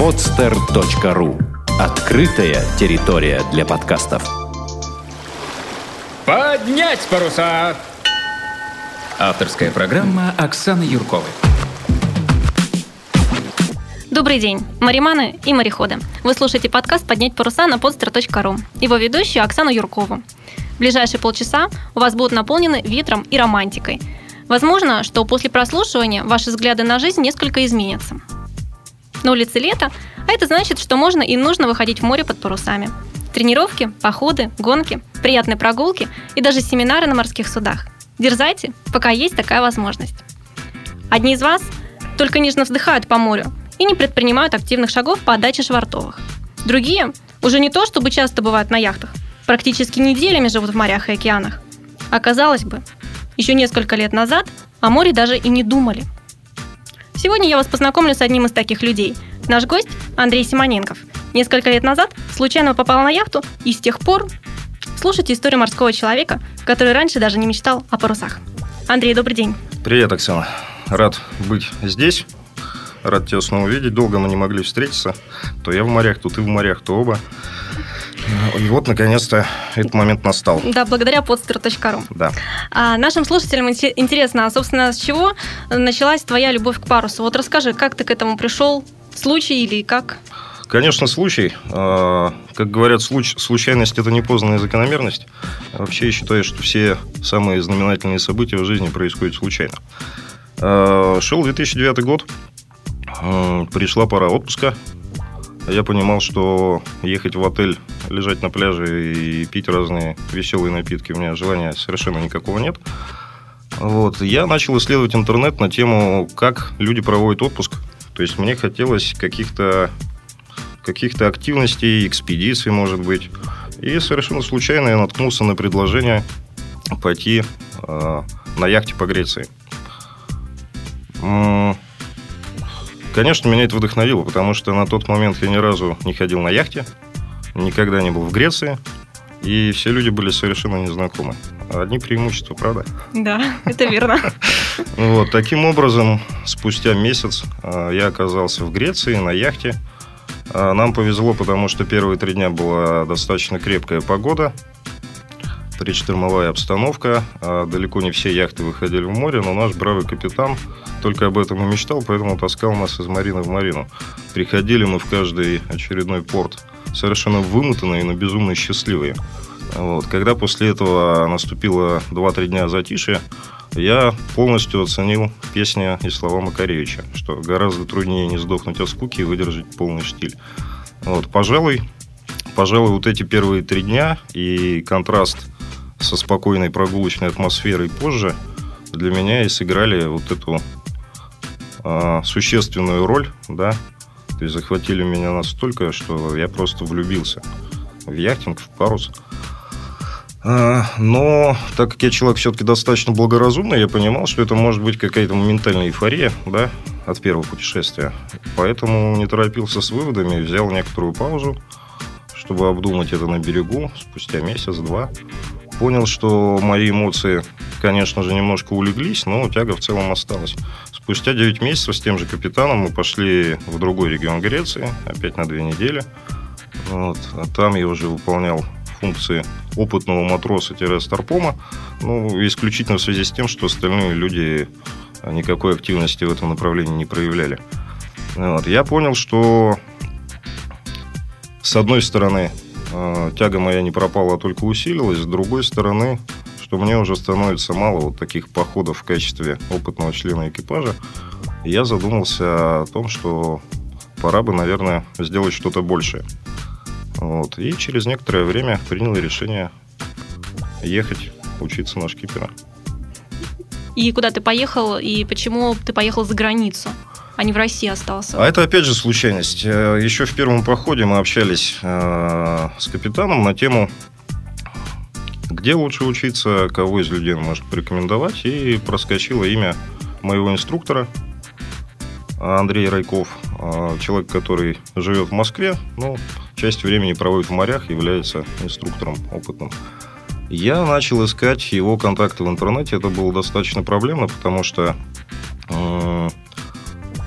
podster.ru. Открытая территория для подкастов. Поднять паруса! Авторская программа Оксаны Юрковой. Добрый день, мариманы и мореходы. Вы слушаете подкаст «Поднять паруса» на podster.ru. Его ведущую Оксану Юркову. В ближайшие полчаса у вас будут наполнены ветром и романтикой. Возможно, что после прослушивания ваши взгляды на жизнь несколько изменятся. На улице лето, а это значит, что можно и нужно выходить в море под парусами. Тренировки, походы, гонки, приятные прогулки и даже семинары на морских судах. Дерзайте, пока есть такая возможность. Одни из вас только нежно вздыхают по морю и не предпринимают активных шагов по отдаче швартовых. Другие уже не то чтобы часто бывают на яхтах, практически неделями живут в морях и океанах. А казалось бы, еще несколько лет назад о море даже и не думали. Сегодня я вас познакомлю с одним из таких людей. Наш гость Андрей Симоненков. Несколько лет назад случайно попал на яхту и с тех пор слушайте историю морского человека, который раньше даже не мечтал о парусах. Андрей, добрый день. Привет, Оксана. Рад быть здесь. Рад тебя снова видеть. Долго мы не могли встретиться. То я в морях, то ты в морях, то оба. И вот, наконец-то, этот момент настал. Да, благодаря podster.ru. Да. Нашим слушателям интересно, собственно, с чего началась твоя любовь к парусу? Вот расскажи, как ты к этому пришел? Случай или как? Конечно, случай. Как говорят, случайность – это непознанная закономерность. Вообще, я считаю, что все самые знаменательные события в жизни происходят случайно. Шел 2009 год. Пришла пора отпуска. Я понимал, что ехать в отель, лежать на пляже и пить разные веселые напитки у меня желания совершенно никакого нет. Вот. Я начал исследовать интернет на тему, как люди проводят отпуск. То есть мне хотелось каких-то активностей, экспедиций, может быть. И совершенно случайно я наткнулся на предложение пойти на яхте по Греции. Конечно, меня это вдохновило, потому что на тот момент я ни разу не ходил на яхте, никогда не был в Греции, и все люди были совершенно незнакомы. Одни преимущества, правда? Да, это верно. Вот, таким образом, спустя месяц я оказался в Греции на яхте. Нам повезло, потому что первые 3 дня была достаточно крепкая погода, предштормовая обстановка. Далеко не все яхты выходили в море, но наш бравый капитан только об этом и мечтал, поэтому таскал нас из марины в марину. Приходили мы в каждый очередной порт совершенно вымотанные, но безумно счастливые. Вот. Когда после этого наступило 2-3 дня затишья, я полностью оценил песни и слова Макаревича, что гораздо труднее не сдохнуть от скуки и выдержать полный штиль. Вот. Пожалуй, вот эти первые 3 дня и контраст со спокойной прогулочной атмосферой позже для меня и сыграли вот эту существенную роль, да, то есть захватили меня настолько, что я просто влюбился в яхтинг, в парус. Но так как я человек все-таки достаточно благоразумный, я понимал, что это может быть какая-то моментальная эйфория, да, от первого путешествия. Поэтому не торопился с выводами, взял некоторую паузу, чтобы обдумать это на берегу спустя месяц-два. Понял, что мои эмоции, конечно же, немножко улеглись, но тяга в целом осталась. Спустя 9 месяцев с тем же капитаном мы пошли в другой регион Греции, опять на 2 недели. Вот. А там я уже выполнял функции опытного матроса-старпома, исключительно в связи с тем, что остальные люди никакой активности в этом направлении не проявляли. Вот. Я понял, что с одной стороны тяга моя не пропала, а только усилилась, с другой стороны, что мне уже становится мало вот таких походов в качестве опытного члена экипажа. И я задумался о том, что пора бы, наверное, сделать что-то большее. Вот. И через некоторое время принял решение ехать учиться на шкипера. И куда ты поехал, и почему ты поехал за границу, а не в России остался? А это опять же случайность. Еще в первом походе мы общались с капитаном на тему, где лучше учиться, кого из людей он может порекомендовать. И проскочило имя моего инструктора Андрей Райков, человек, который живет в Москве, но часть времени проводит в морях, является инструктором опытным. Я начал искать его контакты в интернете. Это было достаточно проблемно, потому что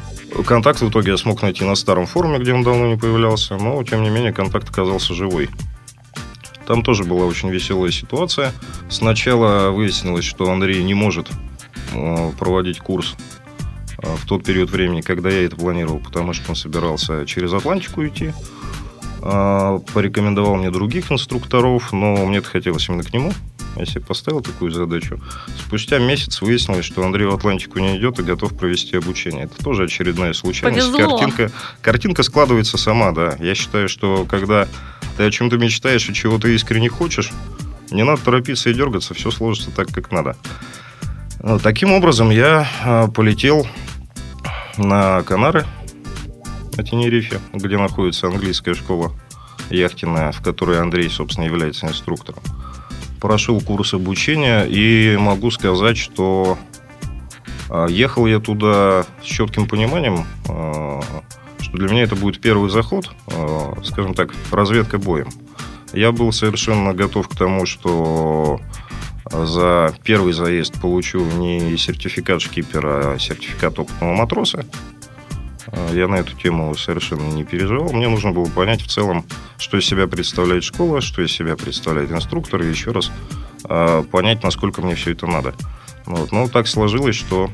Контакт в итоге я смог найти на старом форуме, где он давно не появлялся, но, тем не менее, контакт оказался живой. Там тоже была очень веселая ситуация. Сначала выяснилось, что Андрей не может проводить курс в тот период времени, когда я это планировал, потому что он собирался через Атлантику идти. Порекомендовал мне других инструкторов, но мне-то хотелось именно к нему. Я себе поставил такую задачу. Спустя месяц выяснилось, что Андрей в Атлантику не идет и готов провести обучение. Это тоже очередная случайность. Повезло. Картинка складывается сама, да. Я считаю, что когда ты о чем-то мечтаешь и чего ты искренне хочешь, не надо торопиться и дергаться, все сложится так, как надо. Таким образом, я полетел на Канары, на Тенерифе, где находится английская школа яхтенная, в которой Андрей, собственно, является инструктором. Прошел курс обучения и могу сказать, что ехал я туда с четким пониманием, что для меня это будет первый заход, скажем так, разведка боем. Я был совершенно готов к тому, что за первый заезд получу не сертификат шкипера, а сертификат опытного матроса. Я на эту тему совершенно не переживал. Мне нужно было понять в целом, что из себя представляет школа, что из себя представляет инструктор, и еще раз понять, насколько мне все это надо. Вот. Но так сложилось, что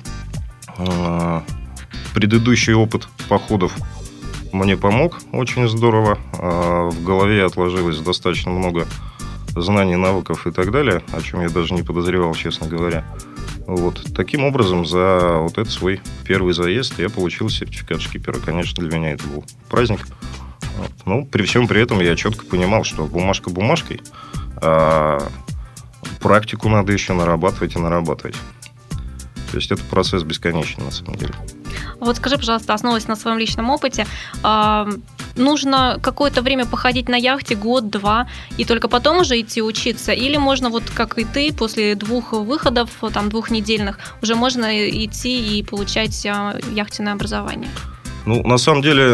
предыдущий опыт походов мне помог очень здорово. В голове отложилось достаточно много знаний, навыков и так далее, о чем я даже не подозревал, честно говоря. Вот. Таким образом, за вот этот свой первый заезд я получил сертификат шкипера. Конечно, для меня это был праздник. Вот. Но при всем при этом я четко понимал, что бумажка бумажкой, а практику надо еще нарабатывать и нарабатывать. То есть это процесс бесконечный, на самом деле. Вот скажи, пожалуйста, основываясь на своем личном опыте, нужно какое-то время походить на яхте, год-два, и только потом уже идти учиться? Или можно, вот как и ты, после 2 выходов, там, 2-недельных, уже можно идти и получать яхтенное образование? Ну, на самом деле,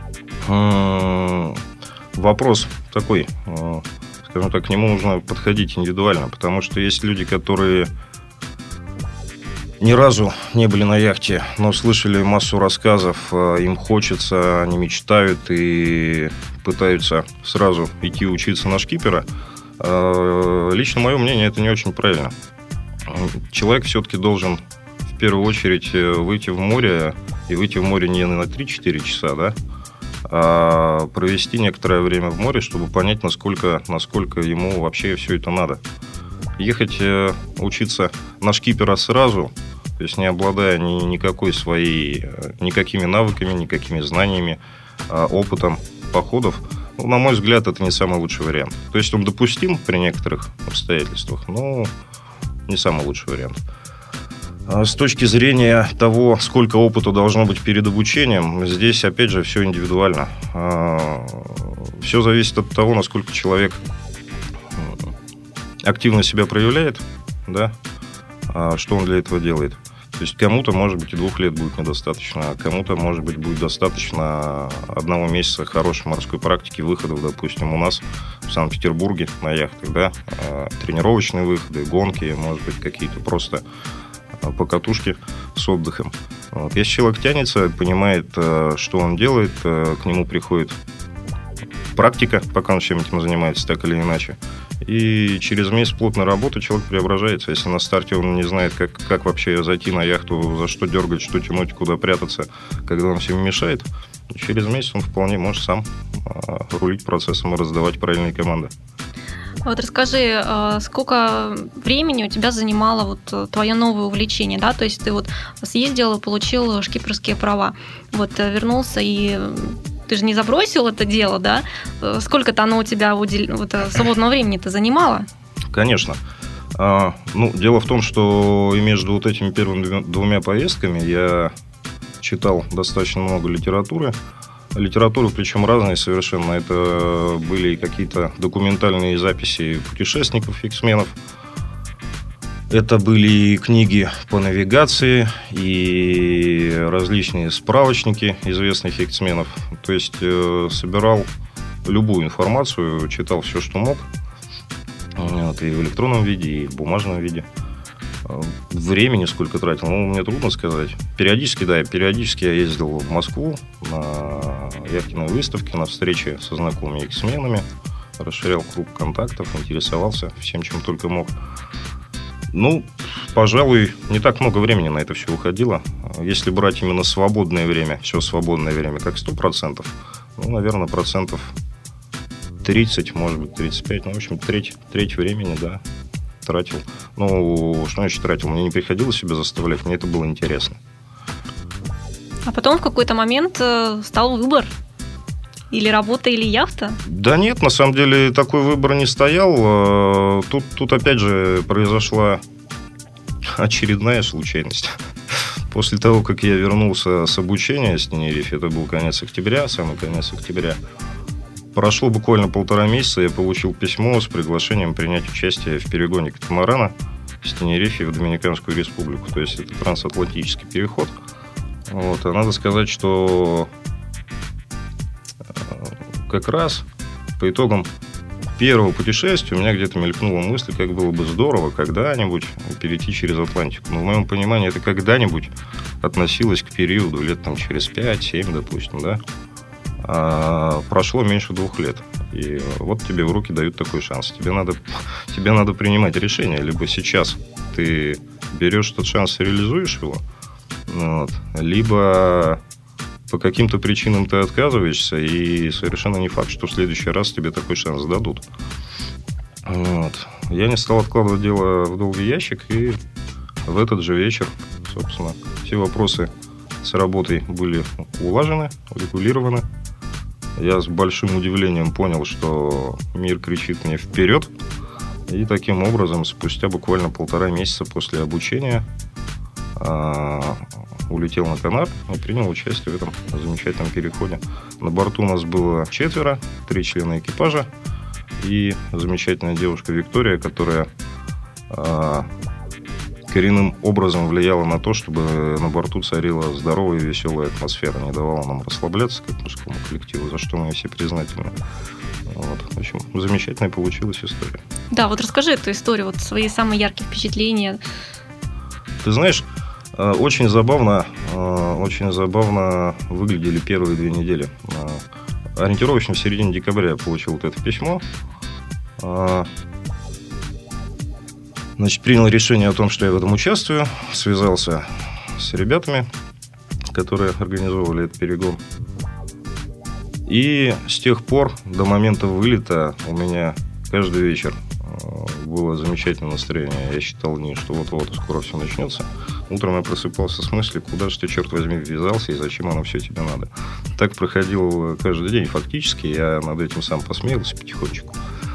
вопрос такой, скажем так, к нему нужно подходить индивидуально, потому что есть люди, которые ни разу не были на яхте, но слышали массу рассказов, им хочется, они мечтают и пытаются сразу идти учиться на шкипера. Лично мое мнение, это не очень правильно. Человек все-таки должен в первую очередь выйти в море, и выйти в море не на 3-4 часа, да, а провести некоторое время в море, чтобы понять, насколько ему вообще все это надо. Ехать учиться на шкипера сразу, то есть не обладая никакими навыками, никакими знаниями, опытом походов, ну, на мой взгляд, это не самый лучший вариант. То есть он допустим при некоторых обстоятельствах, но не самый лучший вариант. С точки зрения того, сколько опыта должно быть перед обучением, здесь, опять же, все индивидуально. Все зависит от того, насколько человек активно себя проявляет, да, что он для этого делает. То есть кому-то, может быть, и 2 лет будет недостаточно, а кому-то, может быть, будет достаточно 1 месяца хорошей морской практики, выходов, допустим, у нас в Санкт-Петербурге на яхтах, да, тренировочные выходы, гонки, может быть, какие-то просто покатушки с отдыхом. Вот. Если человек тянется, понимает, что он делает, к нему приходит практика, пока он всем этим занимается, так или иначе. И через месяц плотной работы человек преображается. Если на старте он не знает, как вообще зайти на яхту, за что дергать, что тянуть, куда прятаться, когда он всем мешает, через месяц он вполне может сам рулить процессом и раздавать правильные команды. Вот расскажи, сколько времени у тебя занимало вот твое новое увлечение, да? То есть ты вот съездил и получил шкиперские права, вот вернулся и ты же не забросил это дело, да? Сколько-то оно у тебя свободного времени-то занимало? Конечно. Дело в том, что и между вот этими первыми 2 поездками я читал достаточно много литературы. Литературы, причем разные совершенно. Это были какие-то документальные записи путешественников, фиксменов. Это были и книги по навигации, и различные справочники известных фиксменов. То есть собирал любую информацию, читал все, что мог. Вот, и в электронном виде, и в бумажном виде. Времени сколько тратил, мне трудно сказать. Периодически я ездил в Москву на яхтенные выставки, на встречи со знакомыми эксменами, расширял круг контактов, интересовался всем, чем только мог. Пожалуй, не так много времени на это все уходило. Если брать именно свободное время, все свободное время как 100%, наверное, 30%, может быть, 35%, в общем, треть времени, да, тратил. Что значит тратил? Мне не приходилось себя заставлять, мне это было интересно. А потом в какой-то момент стал выбор. Или работа, или яхта? Да нет, на самом деле такой выбор не стоял. Тут опять же произошла очередная случайность. После того, как я вернулся с обучения с Тенерифе, это был конец октября, самый конец октября, прошло буквально 1,5 месяца, я получил письмо с приглашением принять участие в перегоне катамарана с Тенерифе в Доминиканскую республику. То есть это трансатлантический переход. А надо сказать, что как раз по итогам первого путешествия у меня где-то мелькнула мысль, как было бы здорово когда-нибудь перейти через Атлантику. Но в моем понимании это когда-нибудь относилось к периоду лет через 5-7, допустим, да. А прошло меньше 2 лет. И вот тебе в руки дают такой шанс. Тебе надо принимать решение. Либо сейчас ты берешь этот шанс и реализуешь его, либо по каким-то причинам ты отказываешься, и совершенно не факт, что в следующий раз тебе такой шанс дадут. Я не стал откладывать дело в долгий ящик, и в этот же вечер, собственно, все вопросы с работой были улажены, урегулированы. Я с большим удивлением понял, что мир кричит мне вперед, и таким образом, спустя буквально 1,5 месяца после обучения, улетел на Канар и принял участие в этом замечательном переходе. На борту у нас было 4, 3 члена экипажа и замечательная девушка Виктория, которая коренным образом влияла на то, чтобы на борту царила здоровая и веселая атмосфера, не давала нам расслабляться как мужскому коллективу, за что мы все признательны. В общем, замечательная получилась история. Да, расскажи эту историю, свои самые яркие впечатления. Ты знаешь, очень забавно выглядели первые 2 недели. Ориентировочно в середине декабря я получил это письмо. Принял решение о том, что я в этом участвую. Связался с ребятами, которые организовывали этот перегон. И с тех пор до момента вылета у меня каждый вечер было замечательное настроение. Я считал, что вот-вот скоро все начнется. Утром я просыпался с мыслью, куда же ты, черт возьми, ввязался и зачем оно все тебе надо. Так проходил каждый день. Фактически я над этим сам посмеялся потихонечку.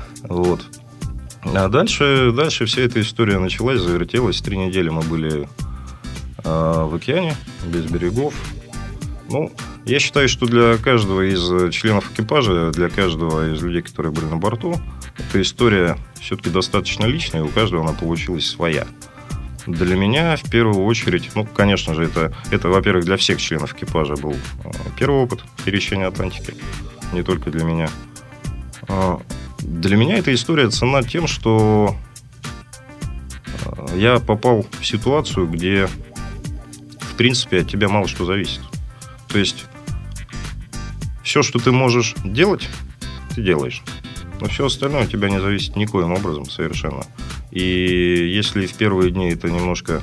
А дальше вся эта история началась, завертелась. 3 недели мы были в океане, без берегов. Я считаю, что для каждого из членов экипажа, для каждого из людей, которые были на борту, эта история все-таки достаточно личная, и у каждого она получилась своя. Для меня, в первую очередь, конечно же, это, во-первых, для всех членов экипажа был первый опыт пересечения Атлантики, не только для меня. Для меня эта история ценна тем, что я попал в ситуацию, где, в принципе, от тебя мало что зависит. То есть, все, что ты можешь делать, ты делаешь. Но все остальное от тебя не зависит никоим образом совершенно. И если в первые дни это немножко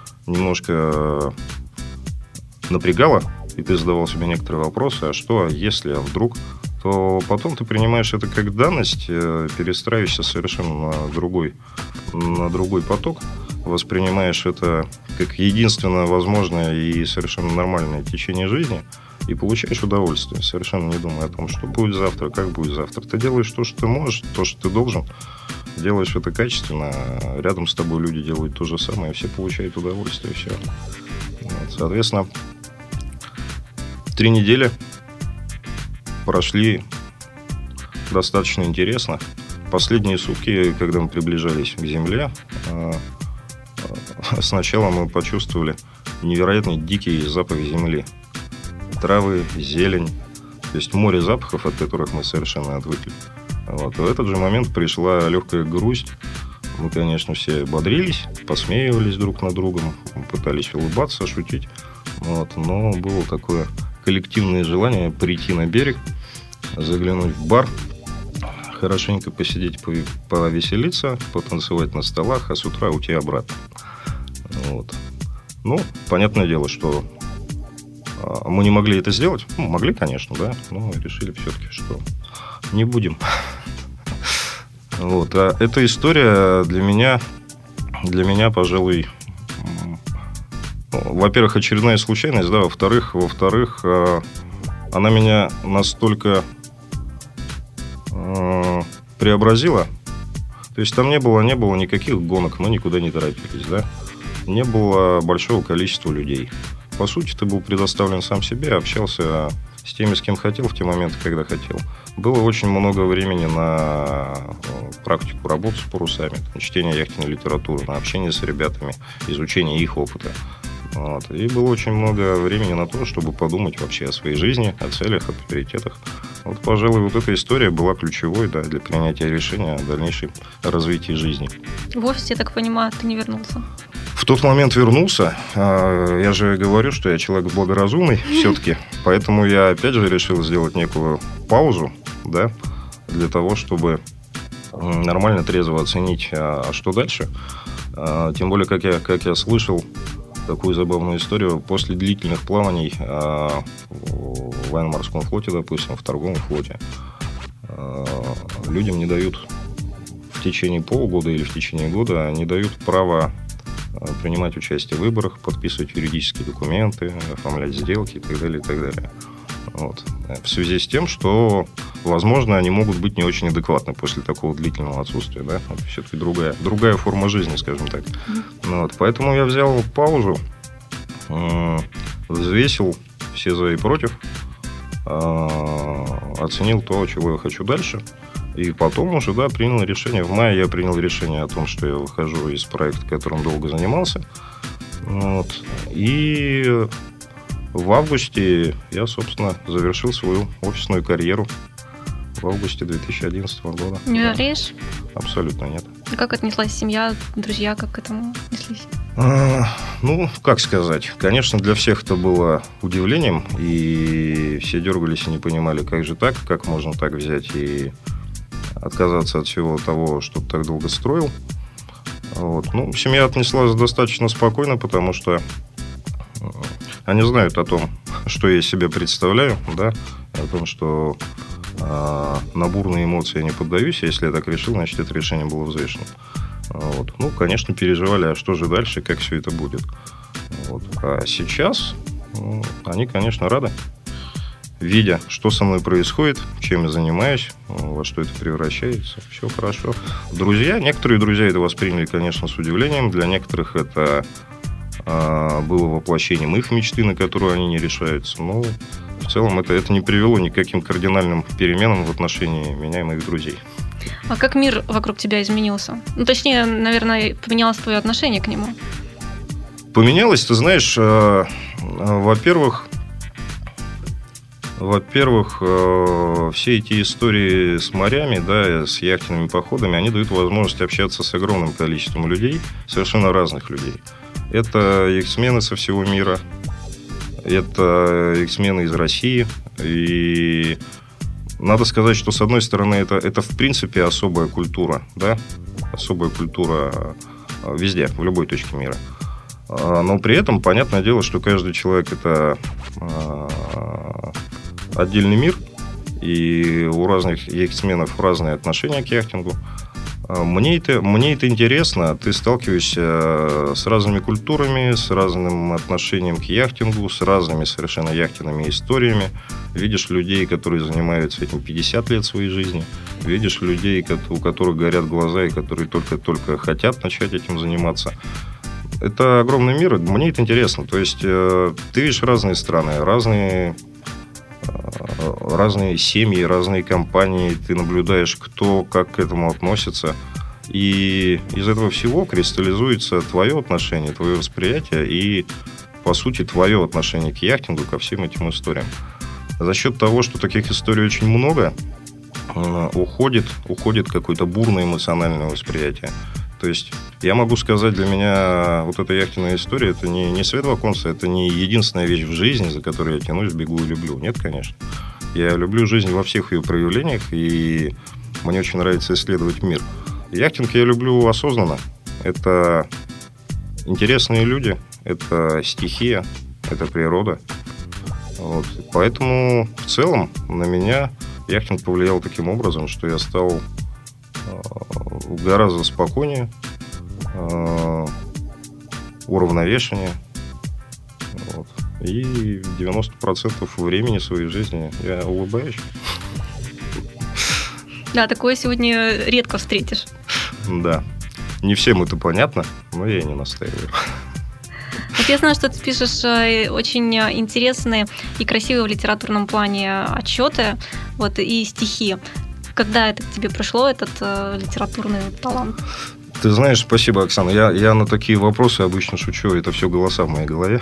напрягало, и ты задавал себе некоторые вопросы, а что, а если, а вдруг, то потом ты принимаешь это как данность, перестраиваешься совершенно на другой поток, воспринимаешь это как единственное возможное и совершенно нормальное течение жизни и получаешь удовольствие, совершенно не думая о том, что будет завтра, как будет завтра. Ты делаешь то, что ты можешь, то, что ты должен, делаешь это качественно, рядом с тобой люди делают то же самое, и все получают удовольствие, все. Соответственно, 3 недели прошли достаточно интересно. Последние сутки, когда мы приближались к земле, сначала мы почувствовали невероятный дикий запах земли. Травы, зелень, то есть море запахов, от которых мы совершенно отвыкли. В этот же момент пришла легкая грусть Мы, конечно, все бодрились, посмеивались друг над другом, пытались улыбаться, шутить. Вот. Но было такое коллективное желание прийти на берег, заглянуть в бар, хорошенько посидеть, повеселиться, потанцевать на столах, а с утра уйти обратно. Вот. Ну, понятное дело, что мы не могли это сделать. Ну, могли, конечно, да, но решили все-таки, что не будем. Вот. А эта история для меня, пожалуй, во-первых, очередная случайность, да, во-вторых, она меня настолько преобразила. То есть там не было никаких гонок, мы никуда не торопились, да. Не было большого количества людей. По сути, ты был предоставлен сам себе, общался с теми, с кем хотел, в те моменты, когда хотел. Было очень много времени на практику работы с парусами, чтение яхтенной литературы, на общение с ребятами, изучение их опыта. Вот. И было очень много времени на то, чтобы подумать вообще о своей жизни, о целях, о приоритетах. Вот, пожалуй, вот эта история была ключевой, да, для принятия решения о дальнейшем развитии жизни. В офис, я так понимаю, ты не вернулся? В тот момент вернулся. Я же говорю, что я человек благоразумный все-таки. Поэтому я опять же решил сделать некую паузу, да, для того, чтобы нормально, трезво оценить, а что дальше. Тем более, как я слышал такую забавную историю, после длительных плаваний в военно-морском флоте, допустим, в торговом флоте, людям не дают в течение полугода или в течение года не дают права принимать участие в выборах, подписывать юридические документы, оформлять сделки и так далее, и так далее. Вот. В связи с тем, что, возможно, они могут быть не очень адекватны после такого длительного отсутствия. Да? Это все-таки другая форма жизни, скажем так. Вот. Поэтому я взял паузу, взвесил все за и против, оценил то, чего я хочу дальше. И потом уже, да, принял решение. В мае я принял решение о том, что я выхожу из проекта, которым долго занимался. Вот. И в августе я, собственно, завершил свою офисную карьеру. В августе 2011 года. Не жалеешь? Абсолютно нет. А как отнеслась семья, друзья, как к этому отнеслись? Ну, как сказать. Конечно, для всех это было удивлением. И все дергались и не понимали, как же так, как можно так взять и отказаться от всего того, что ты так долго строил. Вот. Ну, семья отнеслась достаточно спокойно, потому что они знают о том, что я себе представляю, да, о том, что на бурные эмоции я не поддаюсь. Если я так решил, значит, это решение было взвешено. Вот. Ну, конечно, переживали, а что же дальше, как все это будет. Вот. А сейчас они, конечно, рады, видя, что со мной происходит, чем я занимаюсь, во что это превращается. Все хорошо. Некоторые друзья это восприняли, конечно, с удивлением. Для некоторых это было воплощением их мечты, на которую они не решаются. Но в целом это не привело ни к каким кардинальным переменам в отношении меня и моих друзей. А как мир вокруг тебя изменился? Ну, точнее, наверное, поменялось твое отношение к нему. Поменялось, ты знаешь, во-первых, все эти истории с морями, да, с яхтенными походами, они дают возможность общаться с огромным количеством людей, совершенно разных людей. Это эксмены со всего мира, это эксмены из России. И надо сказать, что, с одной стороны, это в принципе особая культура, да, особая культура везде, в любой точке мира. Но при этом, понятное дело, что каждый человек – это отдельный мир, и у разных яхтсменов разные отношения к яхтингу. Мне это интересно. Ты сталкиваешься с разными культурами, с разным отношением к яхтингу, с разными совершенно яхтенными историями. Видишь людей, которые занимаются этим 50 лет своей жизни. Видишь людей, у которых горят глаза и которые только-только хотят начать этим заниматься. Это огромный мир, мне это интересно. То есть ты видишь разные страны, разные семьи, разные компании. Ты наблюдаешь, кто как к этому относится. И из этого всего кристаллизуется твое отношение, твое восприятие и, по сути, твое отношение к яхтингу, ко всем этим историям. За счет того, что таких историй очень много, уходит какое-то бурное эмоциональное восприятие. То есть я могу сказать, для меня вот эта яхтенная история, это не свет в оконце, это не единственная вещь в жизни, за которой я тянусь, бегу и люблю. Нет, конечно. Я люблю жизнь во всех ее проявлениях, и мне очень нравится исследовать мир. Яхтинг я люблю осознанно. Это интересные люди, это стихия, это природа. Вот. Поэтому в целом на меня яхтинг повлиял таким образом, что я стал гораздо спокойнее, уравновешеннее. Вот. И 90% времени своей жизни я улыбаюсь. Да, такое сегодня редко встретишь. Да. Не всем это понятно, но я и не настаиваю. Вот я знаю, что ты пишешь очень интересные и красивые в литературном плане отчеты, вот, и стихи. Когда это к тебе пришло, этот литературный талант? Ты знаешь, спасибо, Оксана. Я на такие вопросы обычно шучу. Это все голоса в моей голове.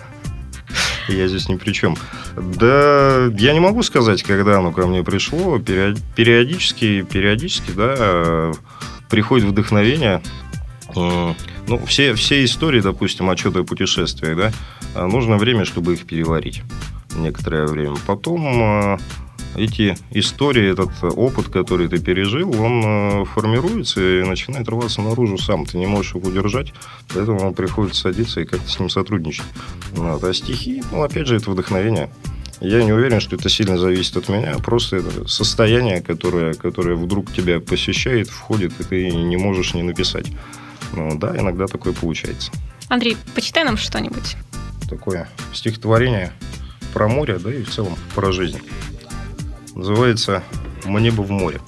Я здесь ни при чем. Да, я не могу сказать, когда оно ко мне пришло. Периодически, да, приходит вдохновение. Ну, все истории, допустим, отчеты о путешествиях, да, нужно время, чтобы их переварить. Некоторое время. Потом эти истории, этот опыт, который ты пережил, он формируется и начинает рваться наружу сам. Ты не можешь его удержать, поэтому приходится садиться и как-то с ним сотрудничать. Вот. А стихи, ну, опять же, это вдохновение. Я не уверен, что это сильно зависит от меня, просто это состояние, которое вдруг тебя посещает, входит, и ты не можешь не написать. Ну, да, иногда такое получается. Андрей, почитай нам что-нибудь. Такое стихотворение про море, да и в целом про жизнь. Называется «Мне бы в море».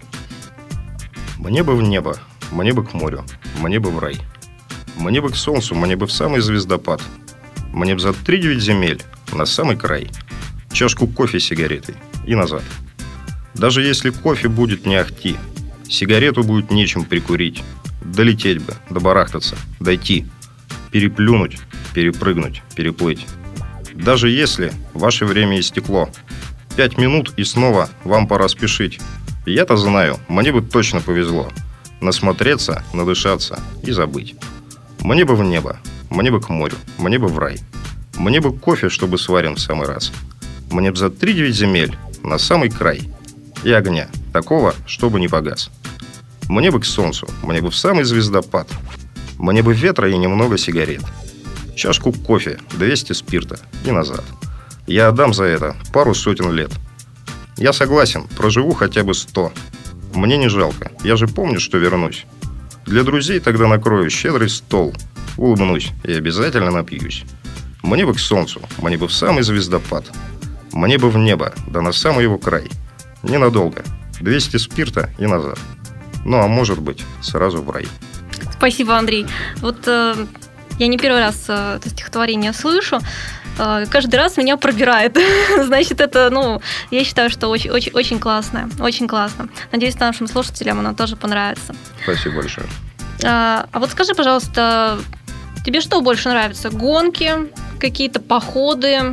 Мне бы в небо, мне бы к морю, мне бы в рай. Мне бы к солнцу, мне бы в самый звездопад. Мне бы за 3-9 земель на самый край. Чашку кофе с сигаретой и назад. Даже если кофе будет не ахти, сигарету будет нечем прикурить. Долететь бы, добарахтаться, дойти, переплюнуть, перепрыгнуть, переплыть. Даже если ваше время истекло, 5 минут и снова вам пора спешить. Я-то знаю, мне бы точно повезло. Насмотреться, надышаться и забыть. Мне бы в небо, мне бы к морю, мне бы в рай. Мне бы кофе, чтобы сварен в самый раз. Мне бы за 3-9 земель на самый край. И огня, такого, чтобы не погас. Мне бы к солнцу, мне бы в самый звездопад. Мне бы ветра и немного сигарет. Чашку кофе, 200 спирта и назад. Я отдам за это пару сотен лет. Я согласен, проживу хотя бы 100. Мне не жалко, я же помню, что вернусь. Для друзей тогда накрою щедрый стол. Улыбнусь и обязательно напьюсь. Мне бы к солнцу, мне бы в самый звездопад. Мне бы в небо, да на самый его край. Ненадолго, 200 спирта и назад. Ну, а может быть, сразу в рай. Спасибо, Андрей. Вот я не первый раз это стихотворение слышу. Каждый раз меня пробирает. Значит, это, я считаю, что очень классное. Очень классно. Надеюсь, нашим слушателям оно тоже понравится. Спасибо большое. А вот скажи, пожалуйста, тебе что больше нравится? Гонки, какие-то походы,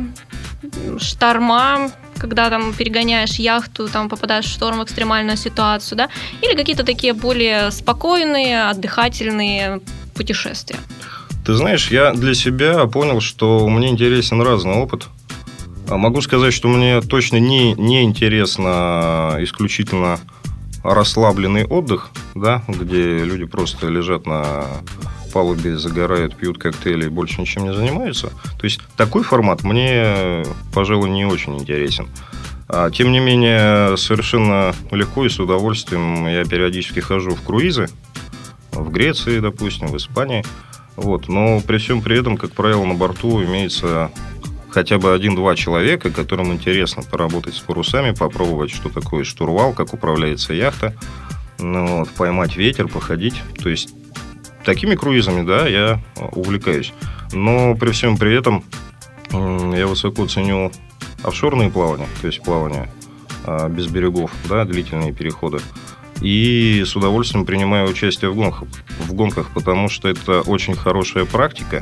шторма, когда там перегоняешь яхту, там попадаешь в шторм, в экстремальную ситуацию, да? Или какие-то такие более спокойные, отдыхательные путешествия? Ты знаешь, я для себя понял, что мне интересен разный опыт. Могу сказать, что мне точно не интересно исключительно расслабленный отдых, да, где люди просто лежат на палубе, загорают, пьют коктейли и больше ничем не занимаются. То есть такой формат мне, пожалуй, не очень интересен. Тем не менее, совершенно легко и с удовольствием я периодически хожу в круизы. В Греции, допустим, в Испании. Вот. Но при всем при этом, как правило, на борту имеется хотя бы 1-2 человека, которым интересно поработать с парусами, попробовать, что такое штурвал, как управляется яхта, поймать ветер, походить. То есть такими круизами, да, я увлекаюсь. Но при всем при этом я высоко ценю офшорные плавания, то есть плавания без берегов, да, длительные переходы. И с удовольствием принимаю участие в гонках, потому что это очень хорошая практика,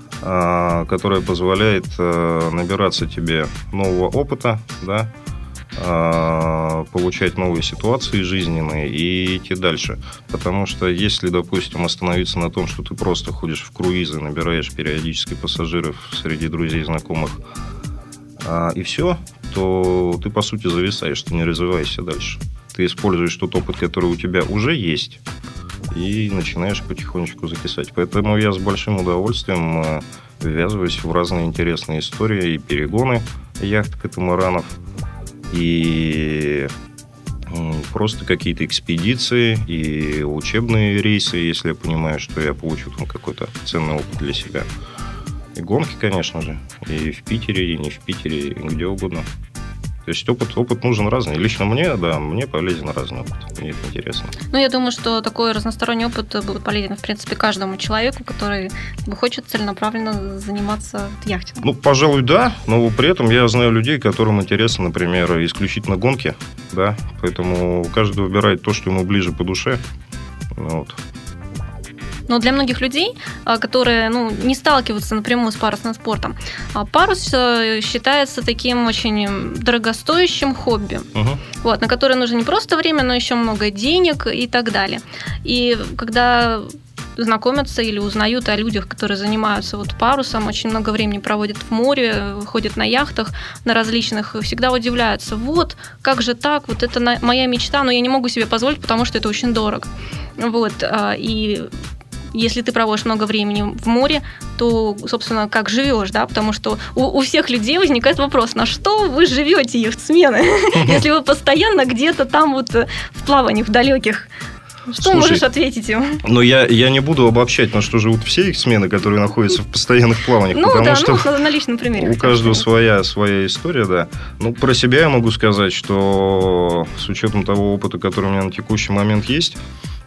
которая позволяет набираться тебе нового опыта, да, получать новые ситуации жизненные и идти дальше. Потому что если, допустим, остановиться на том, что ты просто ходишь в круизы, набираешь периодически пассажиров среди друзей, знакомых, и все, то ты, по сути, зависаешь, ты не развиваешься дальше. Ты используешь тот опыт, который у тебя уже есть, и начинаешь потихонечку закисать. Поэтому я с большим удовольствием ввязываюсь в разные интересные истории и перегоны яхт, катамаранов, и просто какие-то экспедиции и учебные рейсы, если я понимаю, что я получу там какой-то ценный опыт для себя. И гонки, конечно же, и в Питере, и не в Питере, и где угодно. То есть опыт нужен разный. Лично мне, да, мне полезен разный опыт. Мне это интересно. Ну, я думаю, что такой разносторонний опыт будет полезен, в принципе, каждому человеку, который хочет целенаправленно заниматься яхтингом. Ну, пожалуй, да. Но при этом я знаю людей, которым интересно, например, исключительно гонки. Да, поэтому каждый выбирает то, что ему ближе по душе. Вот. Но для многих людей, которые не сталкиваются напрямую с парусным спортом, парус считается таким очень дорогостоящим хобби, вот, на которое нужно не просто время, но еще много денег и так далее. И когда знакомятся или узнают о людях, которые занимаются парусом, очень много времени проводят в море, ходят на яхтах, на различных, всегда удивляются. Вот, как же так? Вот это моя мечта, но я не могу себе позволить, потому что это очень дорого. Вот, и если ты проводишь много времени в море, то, собственно, как живешь, да? Потому что у всех людей возникает вопрос, на что вы живете, яхтсмены, если вы постоянно где-то там в плаваниях, в далеких. Что можешь ответить им? Ну, я не буду обобщать, на что живут все их смены, которые находятся в постоянных плаваниях. Потому что на личном примере. У каждого своя история, да. Ну, про себя я могу сказать, что с учетом того опыта, который у меня на текущий момент есть,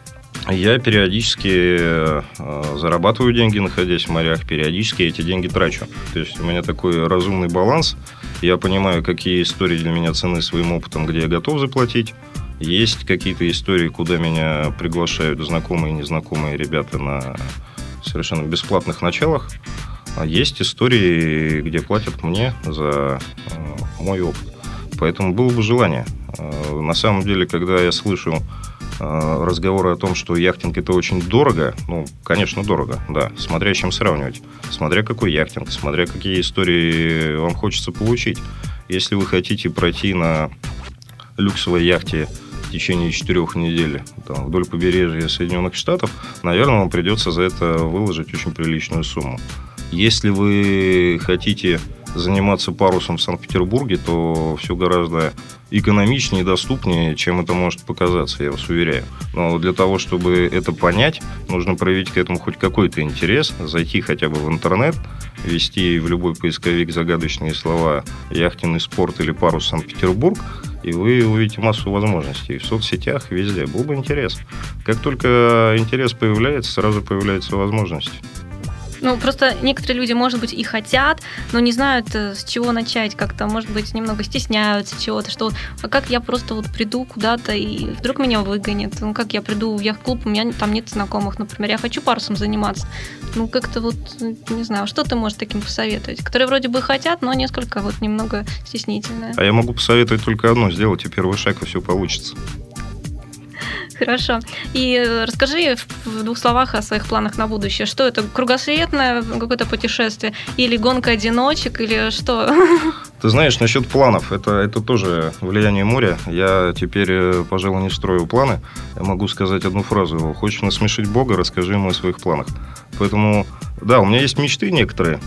я периодически зарабатываю деньги, находясь в морях, периодически эти деньги трачу. То есть у меня такой разумный баланс. Я понимаю, какие истории для меня ценны своим опытом, где я готов заплатить. Есть какие-то истории, куда меня приглашают знакомые и незнакомые ребята на совершенно бесплатных началах. А есть истории, где платят мне за мой опыт. Поэтому было бы желание. На самом деле, когда я слышу разговоры о том, что яхтинг это очень дорого, конечно, дорого, да, смотря с чем сравнивать, смотря какой яхтинг, смотря какие истории вам хочется получить. Если вы хотите пройти на люксовой яхте в течение 4 недель вдоль побережья Соединенных Штатов, наверное, вам придется за это выложить очень приличную сумму. Если вы хотите заниматься парусом в Санкт-Петербурге, то все гораздо экономичнее и доступнее, чем это может показаться, я вас уверяю. Но для того, чтобы это понять, нужно проявить к этому хоть какой-то интерес, зайти хотя бы в интернет, ввести в любой поисковик загадочные слова «яхтенный спорт» или «парус Санкт-Петербург», и вы увидите массу возможностей в соцсетях, везде. Был бы интерес. Как только интерес появляется, сразу появляется возможность. Просто некоторые люди, может быть, и хотят, но не знают, с чего начать. Как-то, может быть, немного стесняются чего-то, что как я просто приду куда-то, и вдруг меня выгонят. Как я приду в яхт-клуб, у меня там нет знакомых, например, я хочу парусом заниматься. Как-то не знаю, что ты можешь таким посоветовать? Которые вроде бы хотят, но несколько немного стеснительные. А я могу посоветовать только одно: сделайте первый шаг, и все получится. Хорошо. И расскажи в 2 словах о своих планах на будущее. Что это? Кругосветное какое-то путешествие? Или гонка одиночек? Или что? Ты знаешь, насчет планов, это тоже влияние моря. Я теперь, пожалуй, не строю планы. Я могу сказать одну фразу: хочешь насмешить Бога, расскажи ему о своих планах. Поэтому, да, у меня есть мечты некоторые.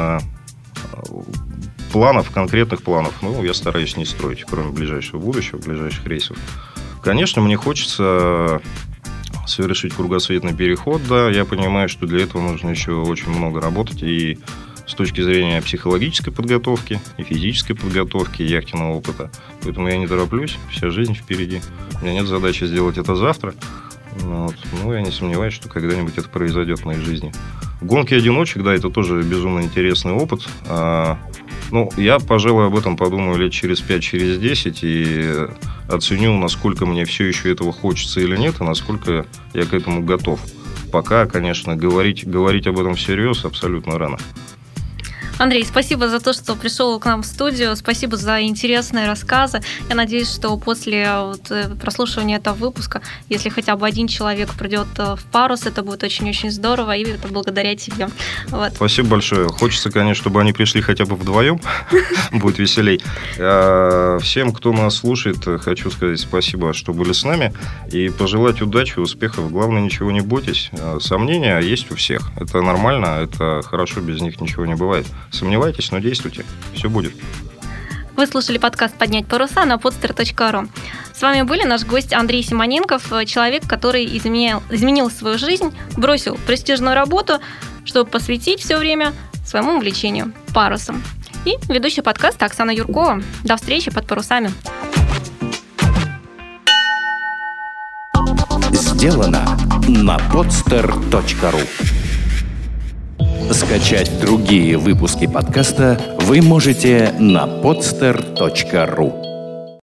Конкретных планов, я стараюсь не строить, кроме ближайшего будущего, ближайших рейсов. Конечно, мне хочется совершить кругосветный переход, да, я понимаю, что для этого нужно еще очень много работать и с точки зрения психологической подготовки, и физической подготовки, и яхтенного опыта. Поэтому я не тороплюсь, вся жизнь впереди. У меня нет задачи сделать это завтра, я не сомневаюсь, что когда-нибудь это произойдет в моей жизни. Гонки одиночек, да, это тоже безумно интересный опыт. Я, пожалуй, об этом подумаю лет через 5, через 10 и оценю, насколько мне все еще этого хочется или нет, и насколько я к этому готов. Пока, конечно, говорить об этом всерьез абсолютно рано. Андрей, спасибо за то, что пришел к нам в студию. Спасибо за интересные рассказы. Я надеюсь, что после прослушивания этого выпуска, если хотя бы один человек придет в парус, это будет очень-очень здорово, и это благодаря тебе. Вот. Спасибо большое. Хочется, конечно, чтобы они пришли хотя бы вдвоем. Будет веселей. Всем, кто нас слушает, хочу сказать спасибо, что были с нами. И пожелать удачи, успехов. Главное, ничего не бойтесь. Сомнения есть у всех. Это нормально, это хорошо, без них ничего не бывает. Сомневайтесь, но действуйте. Все будет. Вы слушали подкаст «Поднять паруса» на podster.ru. С вами были наш гость Андрей Симоненков, человек, который изменил свою жизнь, бросил престижную работу, чтобы посвятить все время своему увлечению – парусом. И ведущая подкаста Оксана Юркова. До встречи под парусами. Сделано на podster.ru. Скачать другие выпуски подкаста вы можете на podster.ru.